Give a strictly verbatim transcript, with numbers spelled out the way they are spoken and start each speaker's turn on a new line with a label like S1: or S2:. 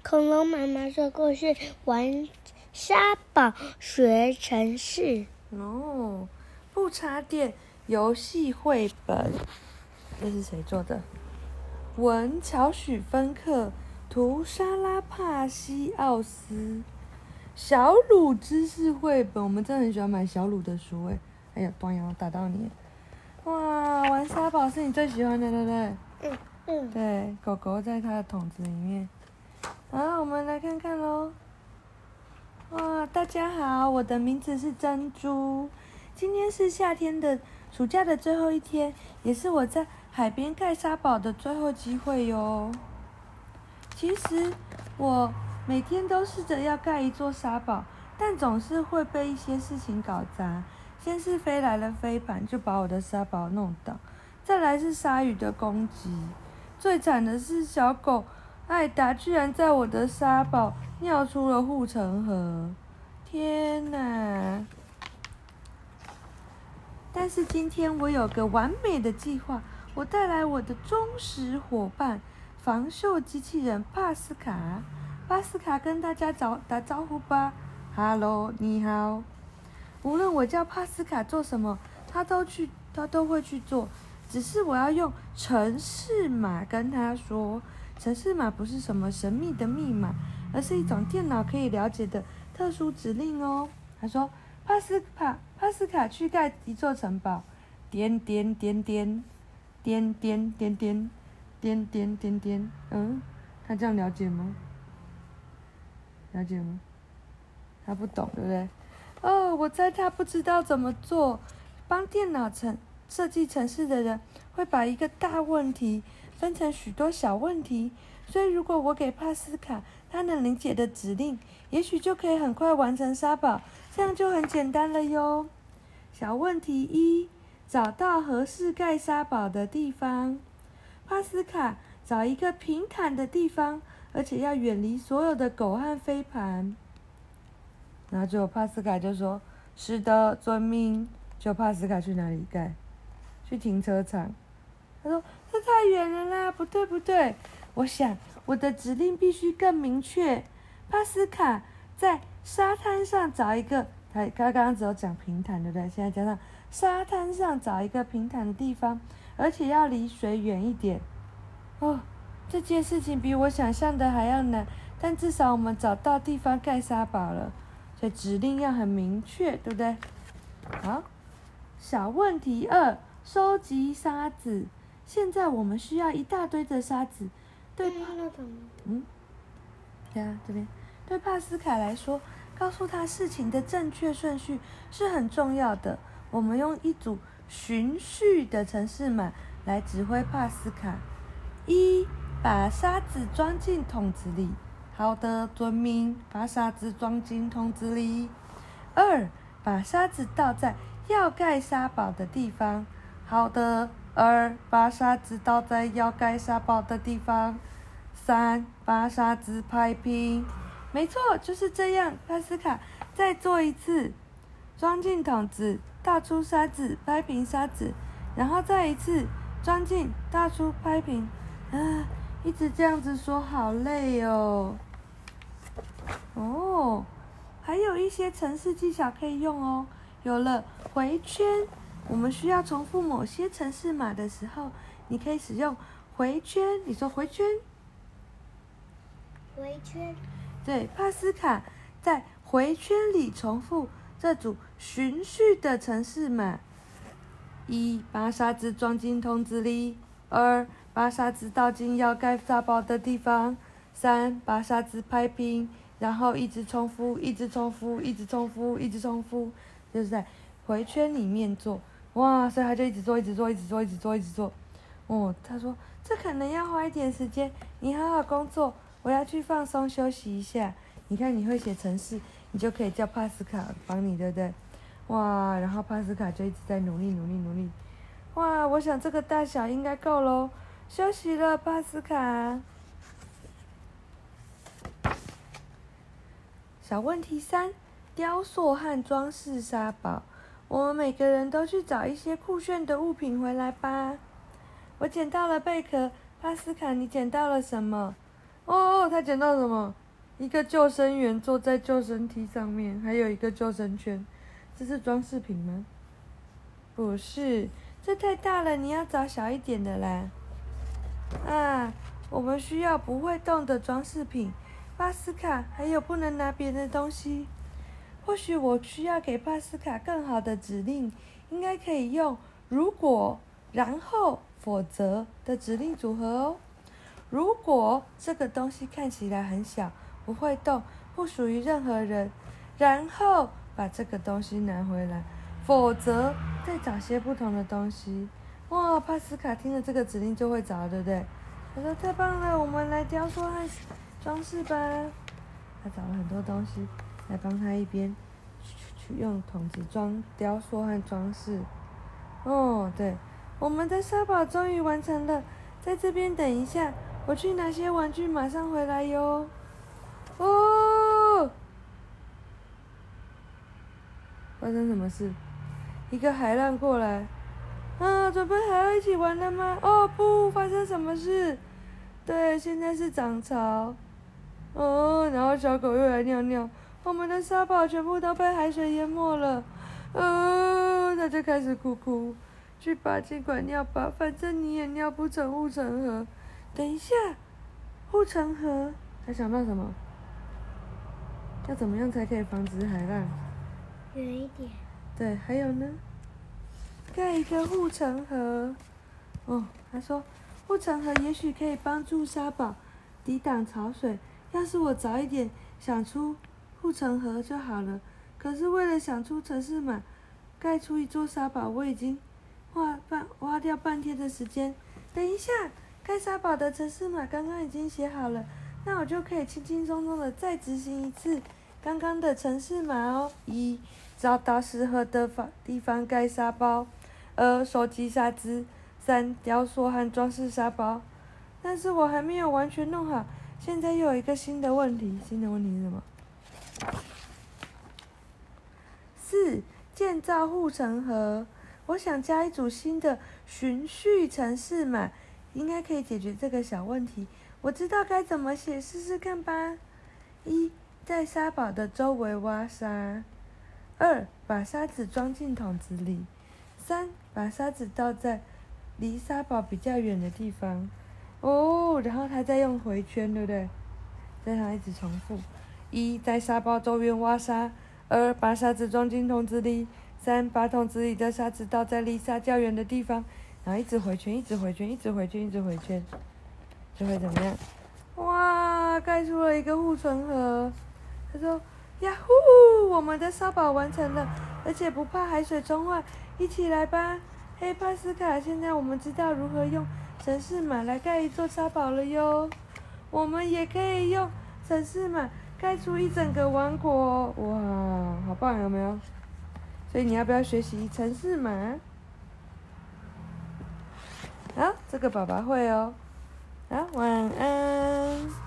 S1: 恐龙妈妈说故事，玩沙堡学程式。
S2: 哦，不插电游戏绘本，这是谁做的？文乔许芬克，图莎拉帕西奥斯。小鲁知识绘本，我们真的很喜欢买小鲁的书诶。哎呀，端阳打到你！哇，玩沙堡是你最喜欢的，对不对？
S1: 嗯嗯。
S2: 对，狗狗在它的桶子里面。好，我们来看看咯。哇，大家好，我的名字是珍珠。今天是夏天的暑假的最后一天，也是我在海边盖沙堡的最后机会哟。其实我每天都试着要盖一座沙堡，但总是会被一些事情搞砸。先是飞来了飞盘，就把我的沙堡弄倒；再来是鲨鱼的攻击，最惨的是小狗艾达居然在我的沙堡尿出了护城河。天哪！但是今天我有个完美的计划，我带来我的忠实伙伴防锈机器人帕斯卡。帕斯卡跟大家打打招呼吧。Hello， 你好。无论我叫帕斯卡做什么，他都去，他都会去做。只是我要用程式码跟他说，程式码不是什么神秘的密码，而是一种电脑可以了解的特殊指令哦。他说：“帕斯卡，帕斯卡去盖一座城堡。”点点点点，点点点点，点点点点。嗯，他这样了解吗？了解吗？他不懂，对不对？哦，我猜他不知道怎么做。帮电脑程设计程式的人会把一个大问题分成许多小问题，所以如果我给帕斯卡他能理解的指令，也许就可以很快完成沙堡，这样就很简单了哟。小问题一，找到合适盖沙堡的地方。帕斯卡找一个平坦的地方，而且要远离所有的狗和飞盘。然后结果帕斯卡就说：“是的，遵命。”就帕斯卡去哪里盖？去停车场。他说：“这太远了啦，不对不对，我想我的指令必须更明确。帕斯卡在沙滩上找一个，他刚刚只有讲平坦，对不对？现在加上沙滩上找一个平坦的地方，而且要离水远一点。哦，这件事情比我想象的还要难，但至少我们找到地方盖沙堡了。所以指令要很明确，对不对？好。小问题二，收集沙子。现在我们需要一大堆的沙子，对帕，嗯，对啊，这边对帕斯卡来说，告诉他事情的正确顺序是很重要的。我们用一组循序的程式码来指挥帕斯卡：一，把沙子装进桶子里。好的，遵命。把沙子装进桶子里。二，把沙子倒在要盖沙堡的地方。好的。二，把沙子倒在要盖沙堡的地方。三，把沙子拍平。没错，就是这样。帕斯卡，再做一次。装进桶子，倒出沙子，拍平沙子，然后再一次装进，倒出，拍平。啊，一直这样子说，好累哦。哦，还有一些程式技巧可以用哦。有了回圈，我们需要重复某些程式码的时候，你可以使用回圈。你说回圈？
S1: 回圈。
S2: 对，帕斯卡在回圈里重复这组循序的程式码：一，把沙子装进桶子里；二，把沙子倒进要盖沙堡的地方；三，把沙子拍平。然后一直重复，一直重复，一直重复，一直重复，就是在回圈里面做。哇，所以他就一直做，一直做，一直做，一直做，一直做。哦，他说这可能要花一点时间，你好好工作，我要去放松休息一下。你看你会写程式，你就可以叫帕斯卡帮你，对不对？哇，然后帕斯卡就一直在努力，努力，努力。哇，我想这个大小应该够咯。休息了，帕斯卡。小问题三，雕塑和装饰沙堡。我们每个人都去找一些酷炫的物品回来吧。我捡到了贝壳，帕斯卡，你捡到了什么？ 哦，他捡到什么？一个救生员坐在救生梯上面，还有一个救生圈。这是装饰品吗？不是，这太大了，你要找小一点的啦。啊，我们需要不会动的装饰品。巴斯卡，还有不能拿别的东西。或许我需要给巴斯卡更好的指令，应该可以用如果、然后、否则的指令组合哦。如果这个东西看起来很小，不会动，不属于任何人，然后把这个东西拿回来，否则再找些不同的东西。哇，帕斯卡听了这个指令就会找，对不对？他说太棒了，我们来雕塑和装饰吧。他找了很多东西来帮他一边去用桶子装雕塑和装饰。哦，对，我们的沙堡终于完成了，在这边等一下，我去拿些玩具，马上回来哟。哦，发生什么事？一个海浪过来，啊，准备还要一起玩了吗？哦不，发生什么事？对，现在是涨潮。哦，然后小狗又来尿尿，我们的沙堡全部都被海水淹没了。呃，它就开始哭哭，去吧，尽管尿吧，反正你也尿不成护城河。等一下，护城河，他想到什么？要怎么样才可以防止海浪？
S1: 远一点。
S2: 对，还有呢？盖一个护城河。哦，他说护城河也许可以帮助沙堡抵挡潮水。要是我早一点想出护城河就好了。可是为了想出城市码，盖出一座沙堡，我已经花半花掉半天的时间。等一下，盖沙堡的城市码刚刚已经写好了，那我就可以轻轻松松的再执行一次刚刚的城市码哦。一，找到适合的地方盖沙包；二，收集沙子；三，雕塑和装饰沙包。但是我还没有完全弄好。现在又有一个新的问题，新的问题是什么？四，建造护城河。我想加一组新的循序程式码，应该可以解决这个小问题。我知道该怎么写，试试看吧。一，在沙堡的周围挖沙。二，把沙子装进桶子里。三，把沙子倒在离沙堡比较远的地方。哦，然后他再用回圈，对不对？这样一直重复。一，在沙包周边挖沙；二，把沙子装进桶子里；三，把桶子里的沙子倒在离沙较远的地方，然后一直回圈，一直回圈，一直回圈，一直回圈，就会怎么样？哇，盖出了一个护城河。他说：“呀呼，我们的沙堡完成了，而且不怕海水冲坏，一起来吧！”嘿，帕斯卡，现在我们知道如何用城市码来盖一座沙堡了哟。我们也可以用城市码盖出一整个王国，哇，好棒，有没有？所以你要不要学习城市码？好，这个爸爸会哦。好，晚安。